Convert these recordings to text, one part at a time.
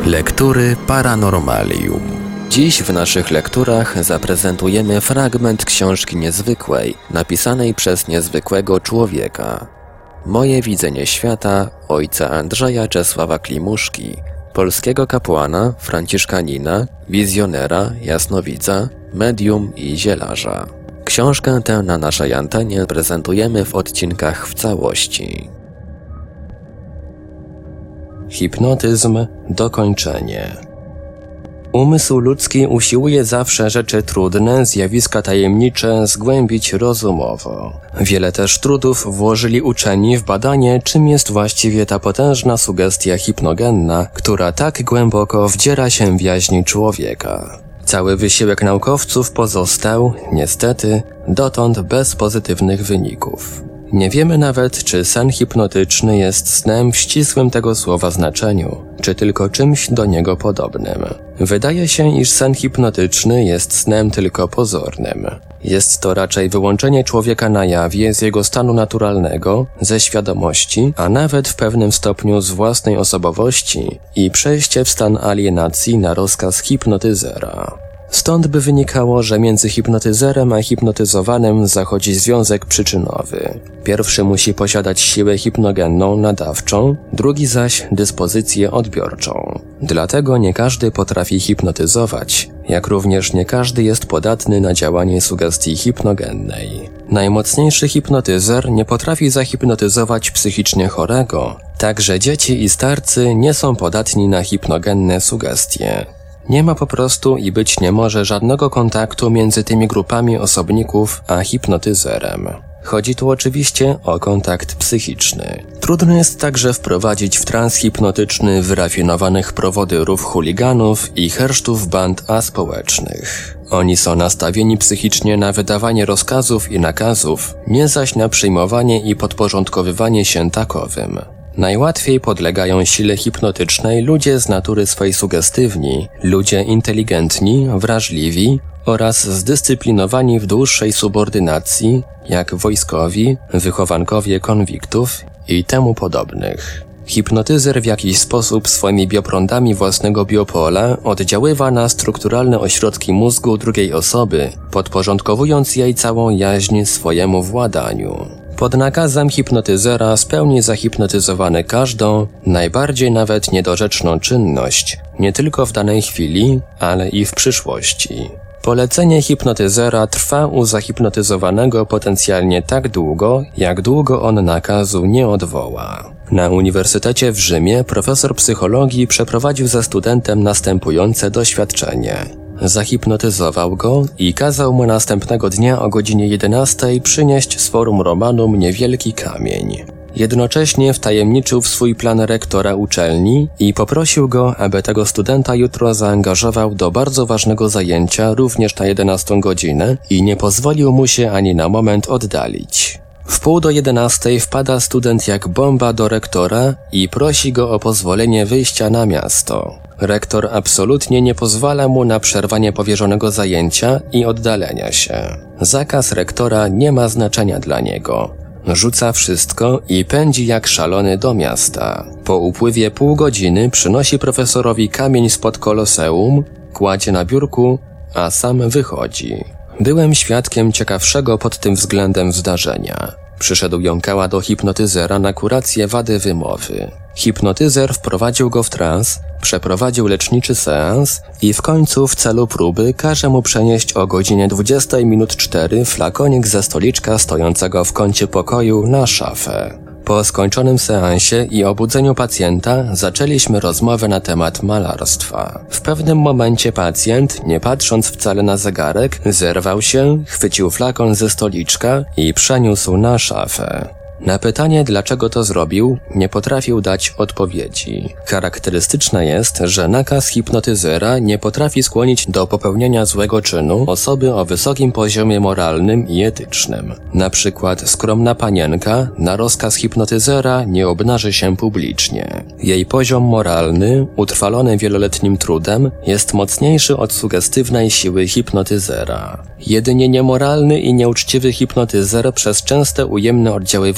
Lektury Paranormalium. Dziś w naszych lekturach zaprezentujemy fragment książki niezwykłej, napisanej przez niezwykłego człowieka. Moje widzenie świata ojca Andrzeja Czesława Klimuszki, polskiego kapłana, franciszkanina, wizjonera, jasnowidza, medium i zielarza. Książkę tę na naszej antenie prezentujemy w odcinkach w całości. Hipnotyzm – dokończenie. Umysł ludzki usiłuje zawsze rzeczy trudne, zjawiska tajemnicze zgłębić rozumowo. Wiele też trudów włożyli uczeni w badanie, czym jest właściwie ta potężna sugestia hipnogenna, która tak głęboko wdziera się w jaźń człowieka. Cały wysiłek naukowców pozostał, niestety, dotąd bez pozytywnych wyników. Nie wiemy nawet, czy sen hipnotyczny jest snem w ścisłym tego słowa znaczeniu, czy tylko czymś do niego podobnym. Wydaje się, iż sen hipnotyczny jest snem tylko pozornym. Jest to raczej wyłączenie człowieka na jawie z jego stanu naturalnego, ze świadomości, a nawet w pewnym stopniu z własnej osobowości i przejście w stan alienacji na rozkaz hipnotyzera. Stąd by wynikało, że między hipnotyzerem a hipnotyzowanym zachodzi związek przyczynowy. Pierwszy musi posiadać siłę hipnogenną nadawczą, drugi zaś dyspozycję odbiorczą. Dlatego nie każdy potrafi hipnotyzować, jak również nie każdy jest podatny na działanie sugestii hipnogennej. Najmocniejszy hipnotyzer nie potrafi zahipnotyzować psychicznie chorego, także dzieci i starcy nie są podatni na hipnogenne sugestie. Nie ma po prostu i być nie może żadnego kontaktu między tymi grupami osobników a hipnotyzerem. Chodzi tu oczywiście o kontakt psychiczny. Trudno jest także wprowadzić w trans hipnotyczny wyrafinowanych prowodyrów chuliganów i hersztów band aspołecznych. Oni są nastawieni psychicznie na wydawanie rozkazów i nakazów, nie zaś na przyjmowanie i podporządkowywanie się takowym. Najłatwiej podlegają sile hipnotycznej ludzie z natury swej sugestywni, ludzie inteligentni, wrażliwi oraz zdyscyplinowani w dłuższej subordynacji, jak wojskowi, wychowankowie konwiktów i temu podobnych. Hipnotyzer w jakiś sposób swoimi bioprądami własnego biopola oddziaływa na strukturalne ośrodki mózgu drugiej osoby, podporządkowując jej całą jaźń swojemu władaniu. Pod nakazem hipnotyzera spełni zahipnotyzowany każdą, najbardziej nawet niedorzeczną czynność, nie tylko w danej chwili, ale i w przyszłości. Polecenie hipnotyzera trwa u zahipnotyzowanego potencjalnie tak długo, jak długo on nakazu nie odwoła. Na Uniwersytecie w Rzymie profesor psychologii przeprowadził ze studentem następujące doświadczenie. Zahipnotyzował go i kazał mu następnego dnia o godzinie 11 przynieść z forum Romanum niewielki kamień. Jednocześnie wtajemniczył w swój plan rektora uczelni i poprosił go, aby tego studenta jutro zaangażował do bardzo ważnego zajęcia również na 11 godzinę i nie pozwolił mu się ani na moment oddalić. W 10:30 wpada student jak bomba do rektora i prosi go o pozwolenie wyjścia na miasto. Rektor absolutnie nie pozwala mu na przerwanie powierzonego zajęcia i oddalenia się. Zakaz rektora nie ma znaczenia dla niego. Rzuca wszystko i pędzi jak szalony do miasta. Po upływie pół godziny przynosi profesorowi kamień spod koloseum, kładzie na biurku, a sam wychodzi. Byłem świadkiem ciekawszego pod tym względem zdarzenia. Przyszedł jąkała do hipnotyzera na kurację wady wymowy. Hipnotyzer wprowadził go w trans, przeprowadził leczniczy seans i w końcu w celu próby każe mu przenieść o godzinie 20:04 flakonik ze stoliczka stojącego w kącie pokoju na szafę. Po skończonym seansie i obudzeniu pacjenta zaczęliśmy rozmowę na temat malarstwa. W pewnym momencie pacjent, nie patrząc wcale na zegarek, zerwał się, chwycił flakon ze stoliczka i przeniósł na szafę. Na pytanie, dlaczego to zrobił, nie potrafił dać odpowiedzi. Charakterystyczne jest, że nakaz hipnotyzera nie potrafi skłonić do popełnienia złego czynu osoby o wysokim poziomie moralnym i etycznym. Na przykład skromna panienka na rozkaz hipnotyzera nie obnaży się publicznie. Jej poziom moralny, utrwalony wieloletnim trudem, jest mocniejszy od sugestywnej siły hipnotyzera. Jedynie niemoralny i nieuczciwy hipnotyzer przez częste ujemne oddziaływanie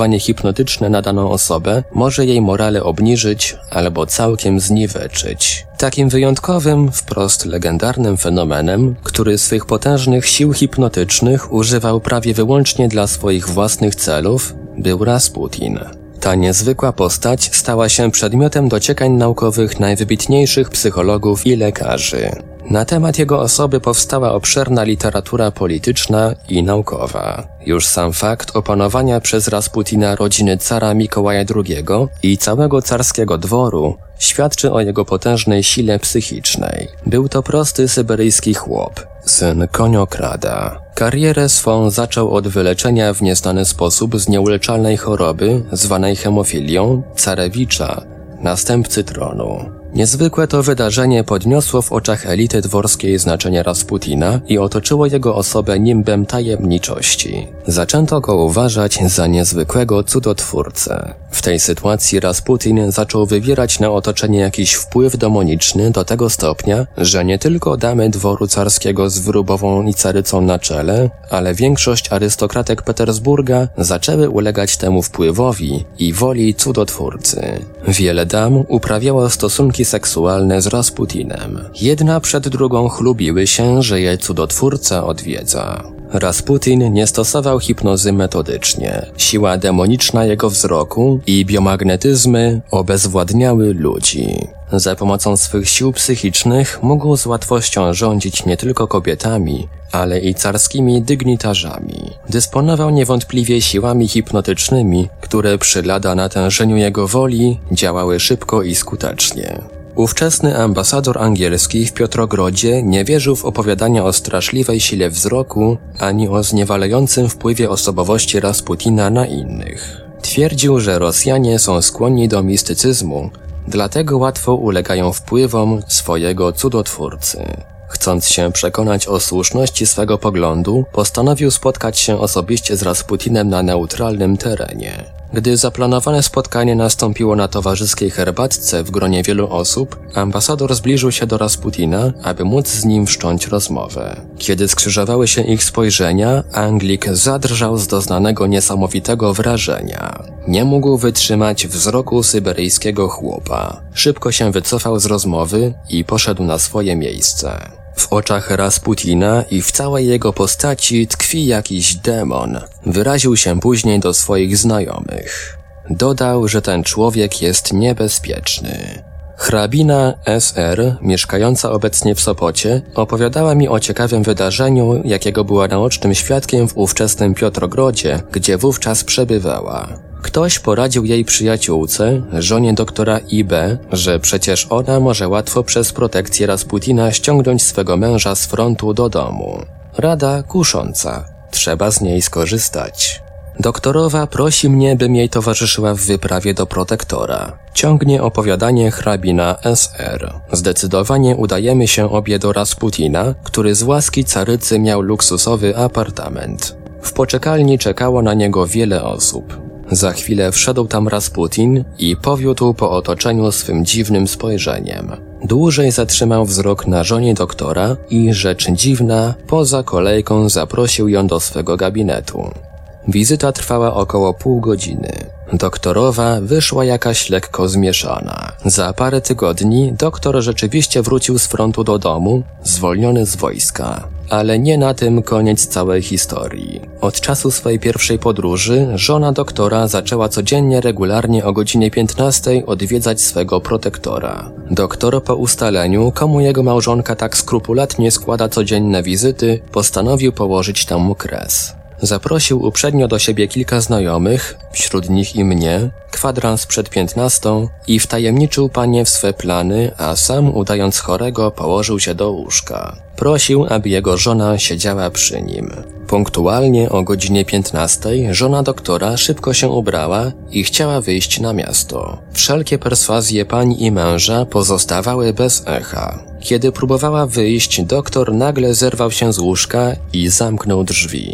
zastosowanie hipnotyczne na daną osobę może jej morale obniżyć albo całkiem zniweczyć. Takim wyjątkowym, wprost legendarnym fenomenem, który swych potężnych sił hipnotycznych używał prawie wyłącznie dla swoich własnych celów, był Rasputin. Ta niezwykła postać stała się przedmiotem dociekań naukowych najwybitniejszych psychologów i lekarzy. Na temat jego osoby powstała obszerna literatura polityczna i naukowa. Już sam fakt opanowania przez Rasputina rodziny cara Mikołaja II i całego carskiego dworu świadczy o jego potężnej sile psychicznej. Był to prosty syberyjski chłop, syn koniokrada. Karierę swą zaczął od wyleczenia w nieznany sposób z nieuleczalnej choroby zwanej hemofilią carewicza, następcy tronu. Niezwykłe to wydarzenie podniosło w oczach elity dworskiej znaczenie Rasputina i otoczyło jego osobę nimbem tajemniczości. Zaczęto go uważać za niezwykłego cudotwórcę. W tej sytuacji Rasputin zaczął wywierać na otoczenie jakiś wpływ demoniczny do tego stopnia, że nie tylko damy dworu carskiego z wróbową i carycą na czele, ale większość arystokratek Petersburga zaczęły ulegać temu wpływowi i woli cudotwórcy. Wiele dam uprawiało stosunki seksualne z Rasputinem. Jedna przed drugą chlubiły się, że je cudotwórca odwiedza. Rasputin nie stosował hipnozy metodycznie. Siła demoniczna jego wzroku i biomagnetyzmy obezwładniały ludzi. Za pomocą swych sił psychicznych mógł z łatwością rządzić nie tylko kobietami, ale i carskimi dygnitarzami. Dysponował niewątpliwie siłami hipnotycznymi, które przy lada natężeniu jego woli działały szybko i skutecznie. Ówczesny ambasador angielski w Piotrogrodzie nie wierzył w opowiadania o straszliwej sile wzroku ani o zniewalającym wpływie osobowości Rasputina na innych. Twierdził, że Rosjanie są skłonni do mistycyzmu, dlatego łatwo ulegają wpływom swojego cudotwórcy. Chcąc się przekonać o słuszności swego poglądu, postanowił spotkać się osobiście z Rasputinem na neutralnym terenie. Gdy zaplanowane spotkanie nastąpiło na towarzyskiej herbatce w gronie wielu osób, ambasador zbliżył się do Rasputina, aby móc z nim wszcząć rozmowę. Kiedy skrzyżowały się ich spojrzenia, Anglik zadrżał z doznanego niesamowitego wrażenia. Nie mógł wytrzymać wzroku syberyjskiego chłopa. Szybko się wycofał z rozmowy i poszedł na swoje miejsce. W oczach Rasputina i w całej jego postaci tkwi jakiś demon. Wyraził się później do swoich znajomych. Dodał, że ten człowiek jest niebezpieczny. Hrabina S.R., mieszkająca obecnie w Sopocie, opowiadała mi o ciekawym wydarzeniu, jakiego była naocznym świadkiem w ówczesnym Piotrogrodzie, gdzie wówczas przebywała. Ktoś poradził jej przyjaciółce, żonie doktora I.B., że przecież ona może łatwo przez protekcję Rasputina ściągnąć swego męża z frontu do domu. Rada kusząca. Trzeba z niej skorzystać. Doktorowa prosi mnie, bym jej towarzyszyła w wyprawie do protektora. Ciągnie opowiadanie hrabina S.R. Zdecydowanie udajemy się obie do Rasputina, który z łaski carycy miał luksusowy apartament. W poczekalni czekało na niego wiele osób. Za chwilę wszedł tam Rasputin i powiódł po otoczeniu swym dziwnym spojrzeniem. Dłużej zatrzymał wzrok na żonie doktora i, rzecz dziwna, poza kolejką zaprosił ją do swego gabinetu. Wizyta trwała około pół godziny. Doktorowa wyszła jakaś lekko zmieszana. Za parę tygodni doktor rzeczywiście wrócił z frontu do domu, zwolniony z wojska. Ale nie na tym koniec całej historii. Od czasu swojej pierwszej podróży żona doktora zaczęła codziennie regularnie o godzinie 15 odwiedzać swego protektora. Doktor po ustaleniu, komu jego małżonka tak skrupulatnie składa codzienne wizyty, postanowił położyć tam mu kres. Zaprosił uprzednio do siebie kilka znajomych, wśród nich i mnie, kwadrans przed 15 i wtajemniczył panie w swe plany, a sam udając chorego położył się do łóżka. Prosił, aby jego żona siedziała przy nim. Punktualnie o godzinie 15 żona doktora szybko się ubrała i chciała wyjść na miasto. Wszelkie perswazje pań i męża pozostawały bez echa. Kiedy próbowała wyjść, doktor nagle zerwał się z łóżka i zamknął drzwi.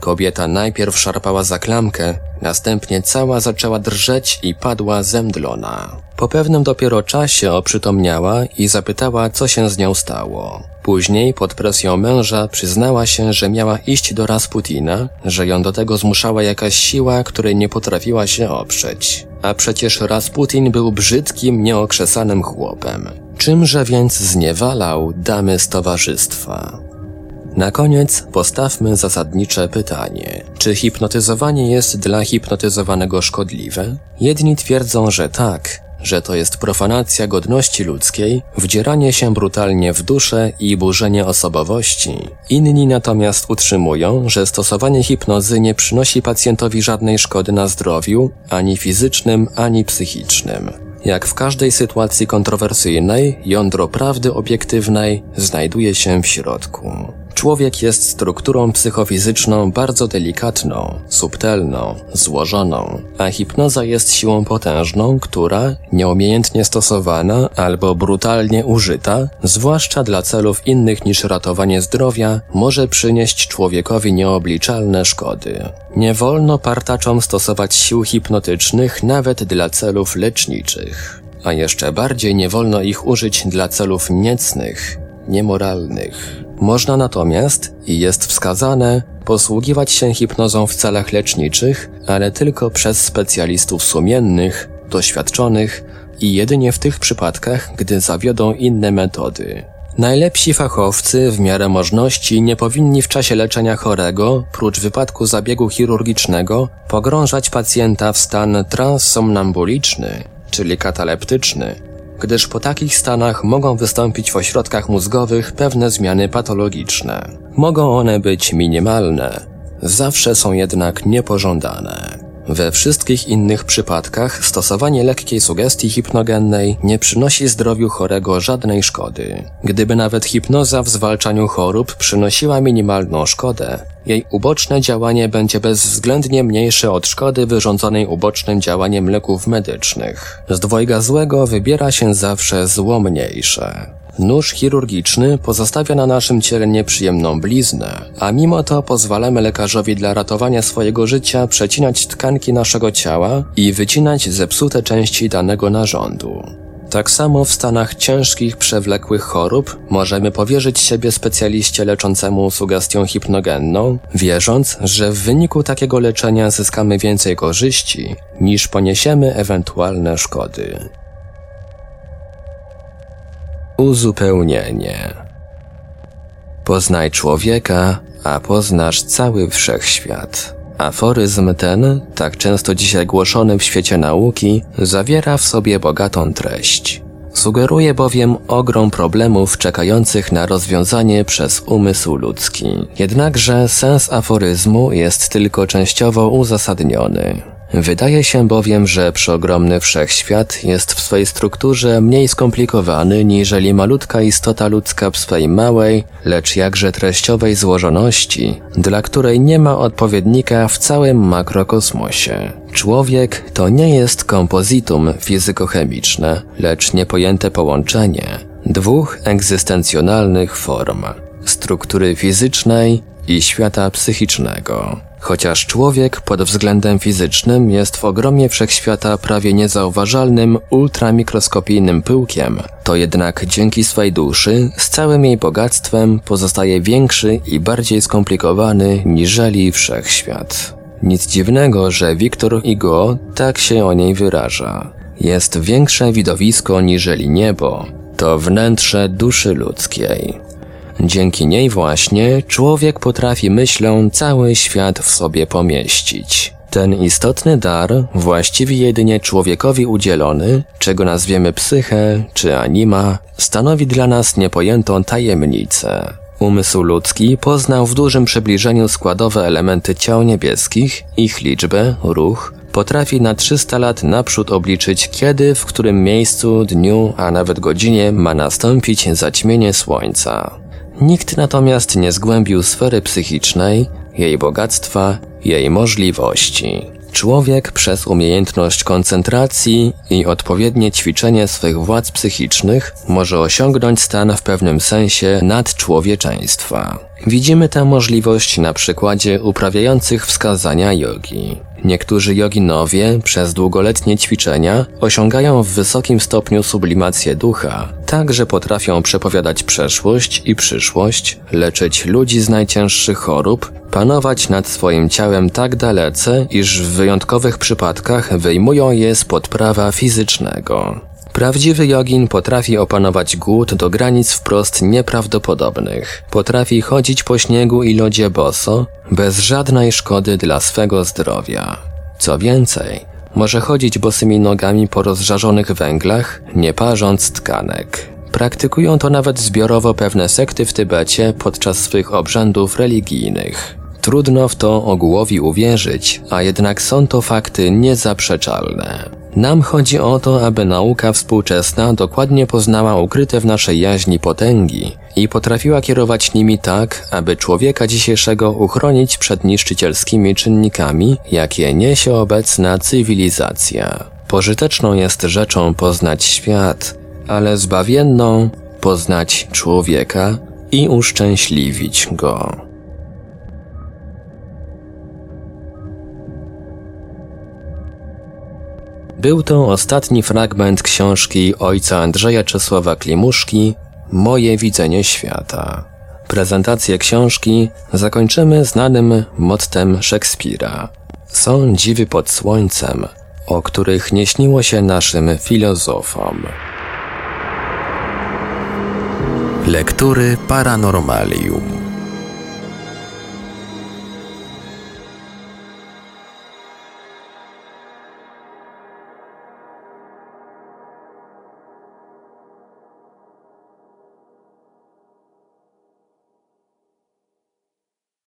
Kobieta najpierw szarpała za klamkę, następnie cała zaczęła drżeć i padła zemdlona. Po pewnym dopiero czasie oprzytomniała i zapytała, co się z nią stało. Później, pod presją męża, przyznała się, że miała iść do Rasputina, że ją do tego zmuszała jakaś siła, której nie potrafiła się oprzeć. A przecież Rasputin był brzydkim, nieokrzesanym chłopem. Czymże więc zniewalał damy z towarzystwa? Na koniec postawmy zasadnicze pytanie. Czy hipnotyzowanie jest dla hipnotyzowanego szkodliwe? Jedni twierdzą, że tak, że to jest profanacja godności ludzkiej, wdzieranie się brutalnie w duszę i burzenie osobowości. Inni natomiast utrzymują, że stosowanie hipnozy nie przynosi pacjentowi żadnej szkody na zdrowiu, ani fizycznym, ani psychicznym. Jak w każdej sytuacji kontrowersyjnej, jądro prawdy obiektywnej znajduje się w środku. Człowiek jest strukturą psychofizyczną bardzo delikatną, subtelną, złożoną, a hipnoza jest siłą potężną, która, nieumiejętnie stosowana albo brutalnie użyta, zwłaszcza dla celów innych niż ratowanie zdrowia, może przynieść człowiekowi nieobliczalne szkody. Nie wolno partaczom stosować sił hipnotycznych nawet dla celów leczniczych, a jeszcze bardziej nie wolno ich użyć dla celów niecnych, niemoralnych. Można natomiast, i jest wskazane, posługiwać się hipnozą w celach leczniczych, ale tylko przez specjalistów sumiennych, doświadczonych i jedynie w tych przypadkach, gdy zawiodą inne metody. Najlepsi fachowcy w miarę możliwości nie powinni w czasie leczenia chorego, prócz wypadku zabiegu chirurgicznego, pogrążać pacjenta w stan transsomnambuliczny, czyli kataleptyczny, gdyż po takich stanach mogą wystąpić w ośrodkach mózgowych pewne zmiany patologiczne. Mogą one być minimalne, zawsze są jednak niepożądane. We wszystkich innych przypadkach stosowanie lekkiej sugestii hipnogennej nie przynosi zdrowiu chorego żadnej szkody. Gdyby nawet hipnoza w zwalczaniu chorób przynosiła minimalną szkodę, jej uboczne działanie będzie bezwzględnie mniejsze od szkody wyrządzonej ubocznym działaniem leków medycznych. Z dwojga złego wybiera się zawsze zło mniejsze. Nóż chirurgiczny pozostawia na naszym ciele nieprzyjemną bliznę, a mimo to pozwalamy lekarzowi dla ratowania swojego życia przecinać tkanki naszego ciała i wycinać zepsute części danego narządu. Tak samo w stanach ciężkich, przewlekłych chorób możemy powierzyć siebie specjaliście leczącemu sugestią hipnogenną, wierząc, że w wyniku takiego leczenia zyskamy więcej korzyści, niż poniesiemy ewentualne szkody. Uzupełnienie. Poznaj człowieka, a poznasz cały wszechświat. Aforyzm ten, tak często dzisiaj głoszony w świecie nauki, zawiera w sobie bogatą treść. Sugeruje bowiem ogrom problemów czekających na rozwiązanie przez umysł ludzki. Jednakże sens aforyzmu jest tylko częściowo uzasadniony. Wydaje się bowiem, że przeogromny wszechświat jest w swej strukturze mniej skomplikowany niżeli malutka istota ludzka w swej małej, lecz jakże treściowej złożoności, dla której nie ma odpowiednika w całym makrokosmosie. Człowiek to nie jest kompozytum fizykochemiczne, lecz niepojęte połączenie dwóch egzystencjonalnych form: struktury fizycznej i świata psychicznego. Chociaż człowiek pod względem fizycznym jest w ogromie wszechświata prawie niezauważalnym, ultramikroskopijnym pyłkiem, to jednak dzięki swej duszy z całym jej bogactwem pozostaje większy i bardziej skomplikowany niżeli wszechświat. Nic dziwnego, że Victor Hugo tak się o niej wyraża. Jest większe widowisko niżeli niebo, to wnętrze duszy ludzkiej. Dzięki niej właśnie człowiek potrafi myślą cały świat w sobie pomieścić. Ten istotny dar, właściwie jedynie człowiekowi udzielony, czego nazwiemy psychę czy anima, stanowi dla nas niepojętą tajemnicę. Umysł ludzki poznał w dużym przybliżeniu składowe elementy ciał niebieskich, ich liczbę, ruch, potrafi na 300 lat naprzód obliczyć, kiedy, w którym miejscu, dniu, a nawet godzinie ma nastąpić zaćmienie słońca. Nikt natomiast nie zgłębił sfery psychicznej, jej bogactwa, jej możliwości. Człowiek przez umiejętność koncentracji i odpowiednie ćwiczenie swych władz psychicznych może osiągnąć stan w pewnym sensie nadczłowieczeństwa. Widzimy tę możliwość na przykładzie uprawiających wskazania jogi. Niektórzy joginowie przez długoletnie ćwiczenia osiągają w wysokim stopniu sublimację ducha, tak że potrafią przepowiadać przeszłość i przyszłość, leczyć ludzi z najcięższych chorób, panować nad swoim ciałem tak dalece, iż w wyjątkowych przypadkach wyjmują je spod prawa fizycznego. Prawdziwy jogin potrafi opanować głód do granic wprost nieprawdopodobnych. Potrafi chodzić po śniegu i lodzie boso, bez żadnej szkody dla swego zdrowia. Co więcej, może chodzić bosymi nogami po rozżarzonych węglach, nie parząc tkanek. Praktykują to nawet zbiorowo pewne sekty w Tybecie podczas swych obrzędów religijnych. Trudno w to ogółowi uwierzyć, a jednak są to fakty niezaprzeczalne. Nam chodzi o to, aby nauka współczesna dokładnie poznała ukryte w naszej jaźni potęgi i potrafiła kierować nimi tak, aby człowieka dzisiejszego uchronić przed niszczycielskimi czynnikami, jakie niesie obecna cywilizacja. Pożyteczną jest rzeczą poznać świat, ale zbawienną poznać człowieka i uszczęśliwić go. Był to ostatni fragment książki ojca Andrzeja Czesława Klimuszki Moje widzenie świata. Prezentację książki zakończymy znanym mottem Szekspira. Są dziwy pod słońcem, o których nie śniło się naszym filozofom. Lektury Paranormalium.